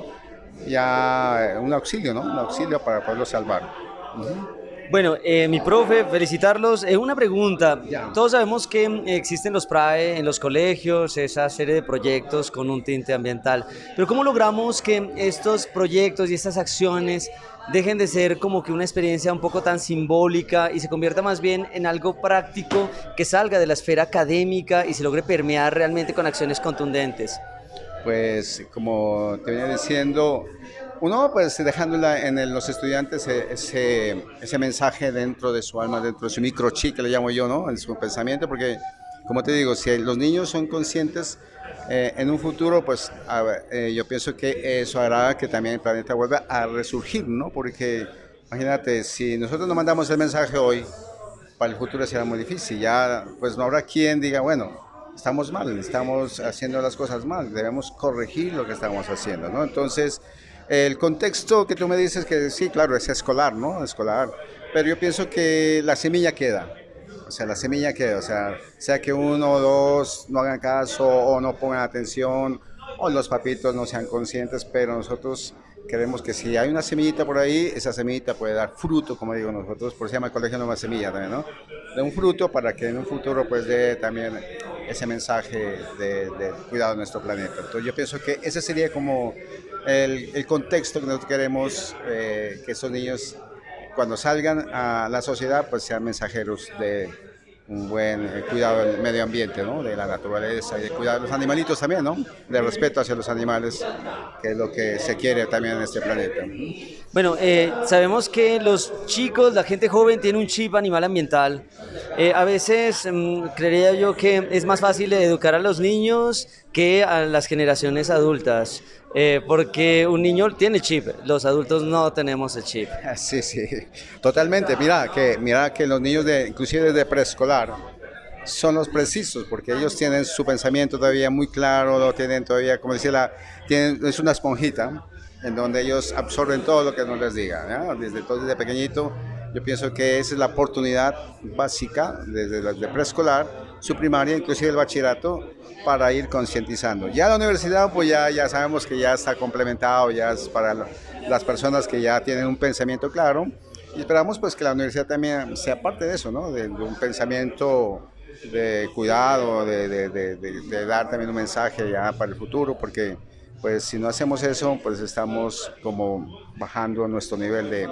ya un auxilio, ¿no? Un auxilio para poderlo salvar. Uh-huh. Bueno, eh, mi profe, felicitarlos. Eh, una pregunta. Todos sabemos que existen los PRAE en los colegios, esa serie de proyectos con un tinte ambiental. Pero ¿cómo logramos que estos proyectos y estas acciones dejen de ser como que una experiencia un poco tan simbólica y se convierta más bien en algo práctico que salga de la esfera académica y se logre permear realmente con acciones contundentes? Pues, como te venía diciendo, uno pues dejándola en el, los estudiantes ese, ese mensaje dentro de su alma, dentro de su microchip, que le llamo yo, ¿no? En su pensamiento, porque como te digo, si los niños son conscientes eh, en un futuro, pues a ver, eh, yo pienso que eso hará que también el planeta vuelva a resurgir, ¿no? Porque imagínate, si nosotros no mandamos el mensaje hoy, para el futuro será muy difícil, ya pues no habrá quien diga, bueno, estamos mal, estamos haciendo las cosas mal, debemos corregir lo que estamos haciendo, ¿no? Entonces, el contexto que tú me dices que sí, claro, es escolar, ¿no? Escolar, pero yo pienso que la semilla queda, o sea, la semilla queda, o sea, sea que uno o dos no hagan caso o no pongan atención o los papitos no sean conscientes, pero nosotros queremos que si hay una semillita por ahí, esa semillita puede dar fruto, como digo nosotros, por eso se llama el Colegio Nueva Semilla también, ¿no? De un fruto para que en un futuro pues dé también ese mensaje de, de cuidado de nuestro planeta. Entonces yo pienso que ese sería como el, el contexto que nosotros queremos eh, que esos niños cuando salgan a la sociedad pues sean mensajeros de un buen eh, cuidado del medio ambiente, ¿no? De la naturaleza y de cuidar de los animalitos también, ¿no? De respeto hacia los animales, que es lo que se quiere también en este planeta. Bueno, eh, sabemos que los chicos, la gente joven tiene un chip animal ambiental. Eh, a veces mmm, creería yo que es más fácil educar a los niños que a las generaciones adultas. Eh, porque un niño tiene chip, los adultos no tenemos el chip. Sí, sí, totalmente. Mira que, mira que los niños, de, inclusive desde preescolar, son los precisos, porque ellos tienen su pensamiento todavía muy claro, lo tienen todavía, como decía, la, tienen, es una esponjita en donde ellos absorben todo lo que nos les diga, ¿ya? Desde todo, desde pequeñito. Yo pienso que esa es la oportunidad básica desde la de preescolar, su primaria, inclusive el bachillerato, para ir concientizando. Ya la universidad, pues ya, ya sabemos que ya está complementado, ya es para las personas que ya tienen un pensamiento claro, y esperamos pues que la universidad también sea parte de eso, ¿no? De, de un pensamiento de cuidado, de, de, de, de, de dar también un mensaje ya para el futuro, porque pues si no hacemos eso, pues estamos como bajando nuestro nivel de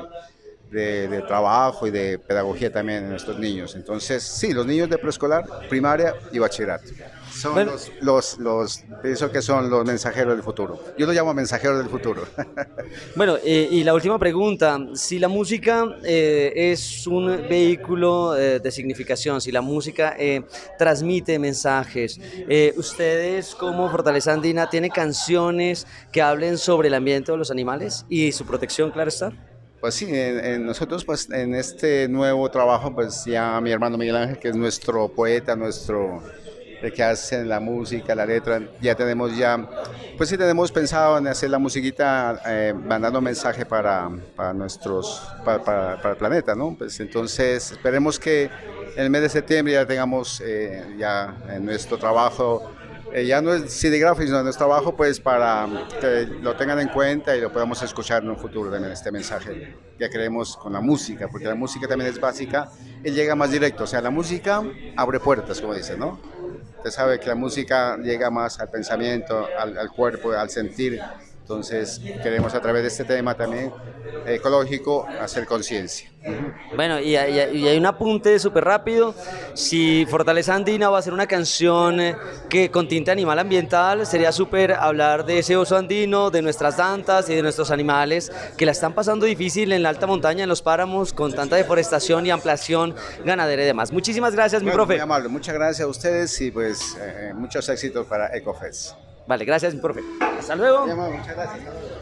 De, de trabajo y de pedagogía también en nuestros niños. Entonces, sí, los niños de preescolar, primaria y bachillerato son bueno, los, los, los, pienso que son los mensajeros del futuro. Yo los llamo mensajeros del futuro. Bueno, eh, y la última pregunta, si la música eh, es un vehículo eh, de significación, si la música eh, transmite mensajes, eh, ¿ustedes como Fortaleza Andina tienen canciones que hablen sobre el ambiente de los animales y su protección, claro está? Pues sí, en, en nosotros pues en este nuevo trabajo pues ya mi hermano Miguel Ángel, que es nuestro poeta, nuestro el que hace la música, la letra, ya tenemos ya, pues sí tenemos pensado en hacer la musiquita eh, mandando mensaje para, para nuestros, para, para, para el planeta, ¿no? Pues entonces esperemos que en el mes de septiembre ya tengamos eh, ya en nuestro trabajo, eh, ya no es C D Graphics, sino nuestro trabajo pues para que lo tengan en cuenta y lo podamos escuchar en un futuro también este mensaje que creemos con la música, porque la música también es básica y llega más directo, o sea, la música abre puertas, como dicen, ¿no? Usted sabe que la música llega más al pensamiento, al, al cuerpo, al sentir. Entonces queremos a través de este tema también ecológico hacer conciencia. Bueno, y, y, y hay un apunte súper rápido. Si Fortaleza Andina va a hacer una canción que con tinte animal ambiental, sería súper hablar de ese oso andino, de nuestras dantas y de nuestros animales que la están pasando difícil en la alta montaña, en los páramos, con tanta deforestación y ampliación ganadera y demás. Muchísimas gracias, mi Bueno, profe. Muy amable, muchas gracias a ustedes y pues eh, muchos éxitos para EcoFest. Vale, gracias, mi profe. Hasta luego. Muchas gracias.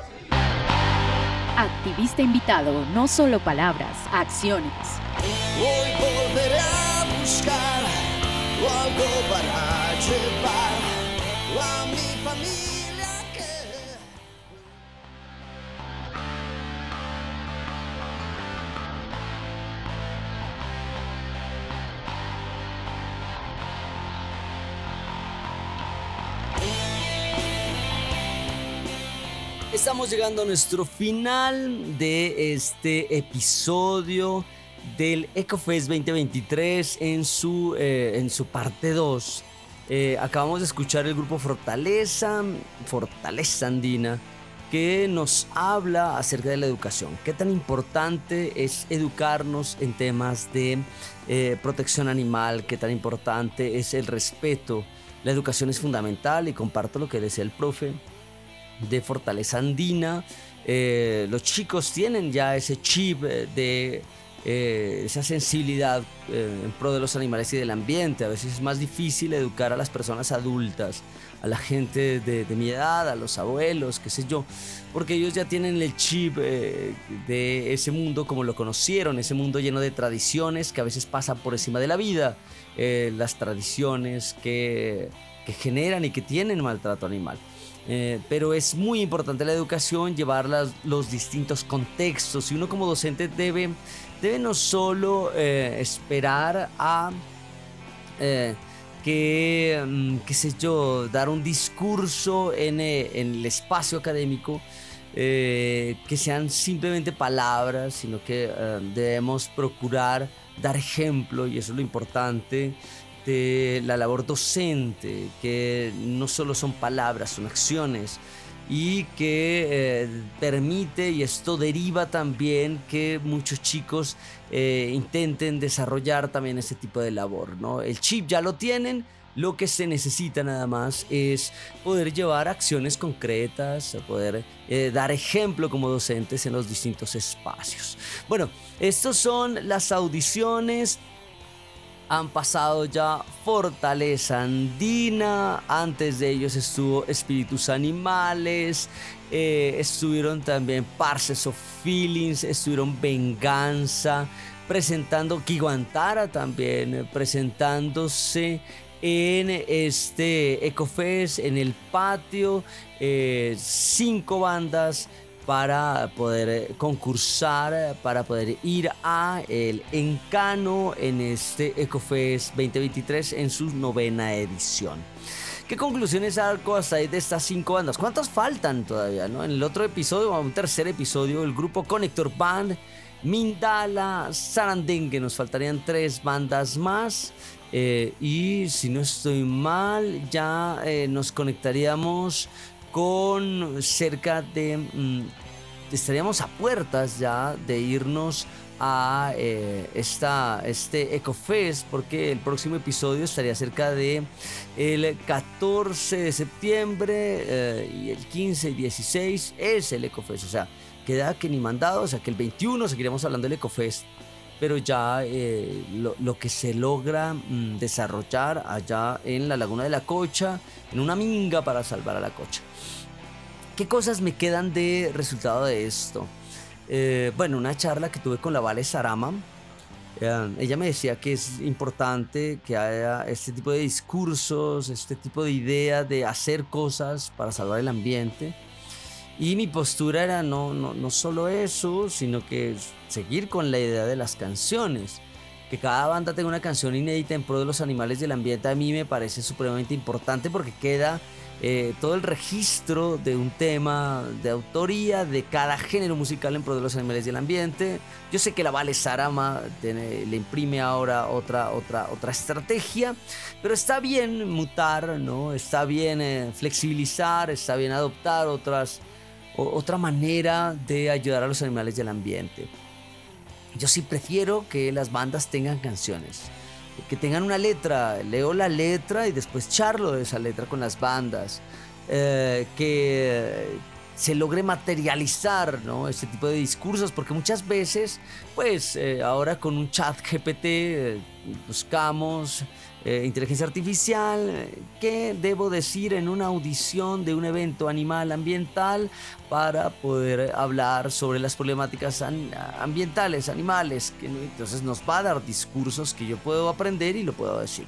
Activista invitado, no solo palabras, acciones. Hoy volveré a buscar algo para llevar a mi familia que... Estamos llegando a nuestro final de este episodio del EcoFest veinte veintitrés en su, eh, en su parte dos. Eh, acabamos de escuchar el grupo Fortaleza, Fortaleza Andina, que nos habla acerca de la educación. Qué tan importante es educarnos en temas de eh, protección animal, qué tan importante es el respeto. La educación es fundamental y comparto lo que decía el profe de Fortaleza Andina. Eh, los chicos tienen ya ese chip de eh, esa sensibilidad eh, en pro de los animales y del ambiente. A veces es más difícil educar a las personas adultas, a la gente de, de mi edad, a los abuelos, qué sé yo, porque ellos ya tienen el chip eh, de ese mundo como lo conocieron, ese mundo lleno de tradiciones que a veces pasan por encima de la vida, eh, las tradiciones que, que generan y que tienen maltrato animal. Eh, pero es muy importante la educación, llevar las, los distintos contextos, y uno como docente debe, debe no solo eh, esperar a eh, que, mm, qué sé yo, dar un discurso en, eh, en el espacio académico, eh, que sean simplemente palabras, sino que eh, debemos procurar dar ejemplo, y eso es lo importante de la labor docente, que no solo son palabras, son acciones, y que eh, permite, y esto deriva también, que muchos chicos eh, intenten desarrollar también este tipo de labor, ¿no? El chip ya lo tienen, lo que se necesita nada más es poder llevar acciones concretas, poder eh, dar ejemplo como docentes en los distintos espacios. Bueno, estos son las audiciones. Han pasado ya Fortaleza Andina, antes de ellos estuvo Espíritus Animales, eh, estuvieron también Parses of Feelings, estuvieron Venganza, presentando Kiguantara también, eh, presentándose en este EcoFest, en el patio, eh, cinco bandas para poder concursar, para poder ir a el Encano en este EcoFest veinte veintitrés en su novena edición. ¿Qué conclusiones saco hasta ahí de estas cinco bandas? ¿Cuántas faltan todavía, no? En el otro episodio, un tercer episodio, el grupo Connector Band, Mindala, Sarandengue, nos faltarían tres bandas más. Eh, y si no estoy mal, ya eh, nos conectaríamos con cerca de... Mmm, estaríamos a puertas ya de irnos a eh, esta, este EcoFest, porque el próximo episodio estaría cerca de el catorce de septiembre eh, y el quince y dieciséis es el EcoFest, o sea, queda que ni mandado, o sea que el veintiuno seguiremos hablando del EcoFest, pero ya eh, lo, lo que se logra mmm, desarrollar allá en la Laguna de la Cocha, en una minga para salvar a la Cocha. ¿Qué cosas me quedan de resultado de esto? eh, bueno, una charla que tuve con la Vale Sarama. Eh, ella me decía que es importante que haya este tipo de discursos, este tipo de ideas de hacer cosas para salvar el ambiente. Y mi postura era no, no, no solo eso, sino que seguir con la idea de las canciones. Que cada banda tenga una canción inédita en pro de los animales y el ambiente a mí me parece supremamente importante porque queda eh, todo el registro de un tema de autoría de cada género musical en pro de los animales y el ambiente. Yo sé que la Vale Sarama tiene, le imprime ahora otra, otra, otra estrategia, pero está bien mutar, ¿no? Está bien eh, flexibilizar, está bien adoptar otras, o, otra manera de ayudar a los animales y el ambiente. Yo sí prefiero que las bandas tengan canciones, que tengan una letra, leo la letra y después charlo de esa letra con las bandas, eh, que se logre materializar, ¿no? Este tipo de discursos, porque muchas veces, pues eh, ahora con un chat G P T eh, buscamos eh, inteligencia artificial, eh, qué debo decir en una audición de un evento animal ambiental para poder hablar sobre las problemáticas an- ambientales, animales, que entonces nos va a dar discursos que yo puedo aprender y lo puedo decir.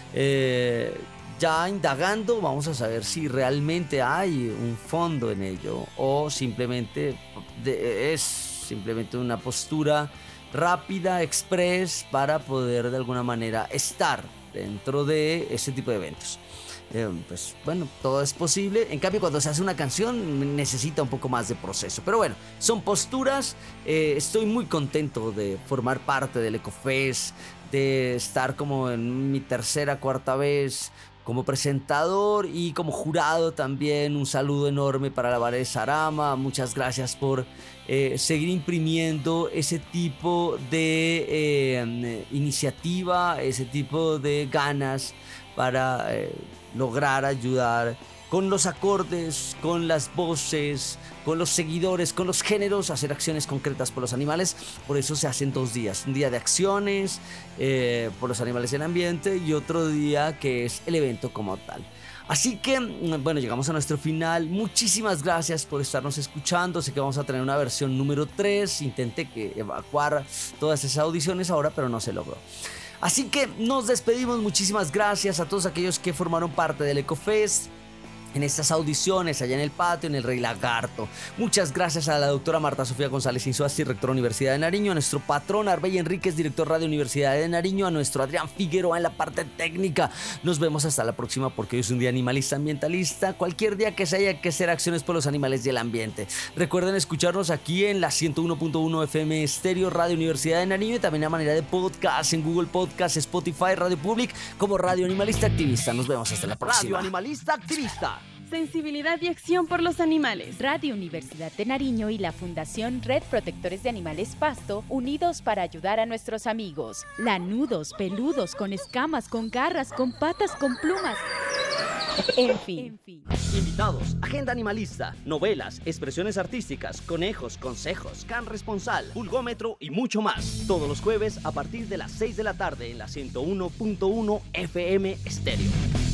Eh, Ya indagando vamos a saber si realmente hay un fondo en ello o simplemente de, es simplemente una postura rápida, express, para poder de alguna manera estar dentro de ese tipo de eventos. Eh, pues bueno, todo es posible. En cambio, cuando se hace una canción necesita un poco más de proceso. Pero bueno, son posturas. Eh, estoy muy contento de formar parte del Ecofest, de estar como en mi tercera, cuarta vez como presentador y como jurado también. Un saludo enorme para la Vale Sarama. Muchas gracias por eh, seguir imprimiendo ese tipo de eh, iniciativa, ese tipo de ganas para eh, lograr ayudar con los acordes, con las voces, con los seguidores, con los géneros, hacer acciones concretas por los animales. Por eso se hacen dos días, un día de acciones eh, por los animales y el ambiente y otro día que es el evento como tal. Así que, bueno, llegamos a nuestro final. Muchísimas gracias por estarnos escuchando. Sé que vamos a tener una versión número tres. Intenté que evacuar todas esas audiciones ahora, pero no se logró. Así que nos despedimos. Muchísimas gracias a todos aquellos que formaron parte del Ecofest en estas audiciones allá en el patio, en el Rey Lagarto. Muchas gracias a la doctora Marta Sofía González Insuasti, rectora Universidad de Nariño, a nuestro patrón Arbey Enríquez, director Radio Universidad de Nariño, a nuestro Adrián Figueroa en la parte técnica. Nos vemos hasta la próxima, porque hoy es un día animalista ambientalista, cualquier día que se haya que hacer acciones por los animales y el ambiente. Recuerden escucharnos aquí en la ciento uno punto uno F M Estéreo Radio Universidad de Nariño y también a manera de podcast en Google Podcast, Spotify, Radio Public como Radio Animalista Activista. Nos vemos hasta la próxima. Radio Animalista Activista. Sensibilidad y acción por los animales. Radio Universidad de Nariño y la Fundación Red Protectores de Animales Pasto, unidos para ayudar a nuestros amigos. Lanudos, peludos, con escamas, con garras, con patas, con plumas. En fin. En fin. Invitados, agenda animalista, novelas, expresiones artísticas, conejos, consejos, can responsal, pulgómetro y mucho más. Todos los jueves a partir de las seis de la tarde en la ciento uno punto uno F M Estéreo.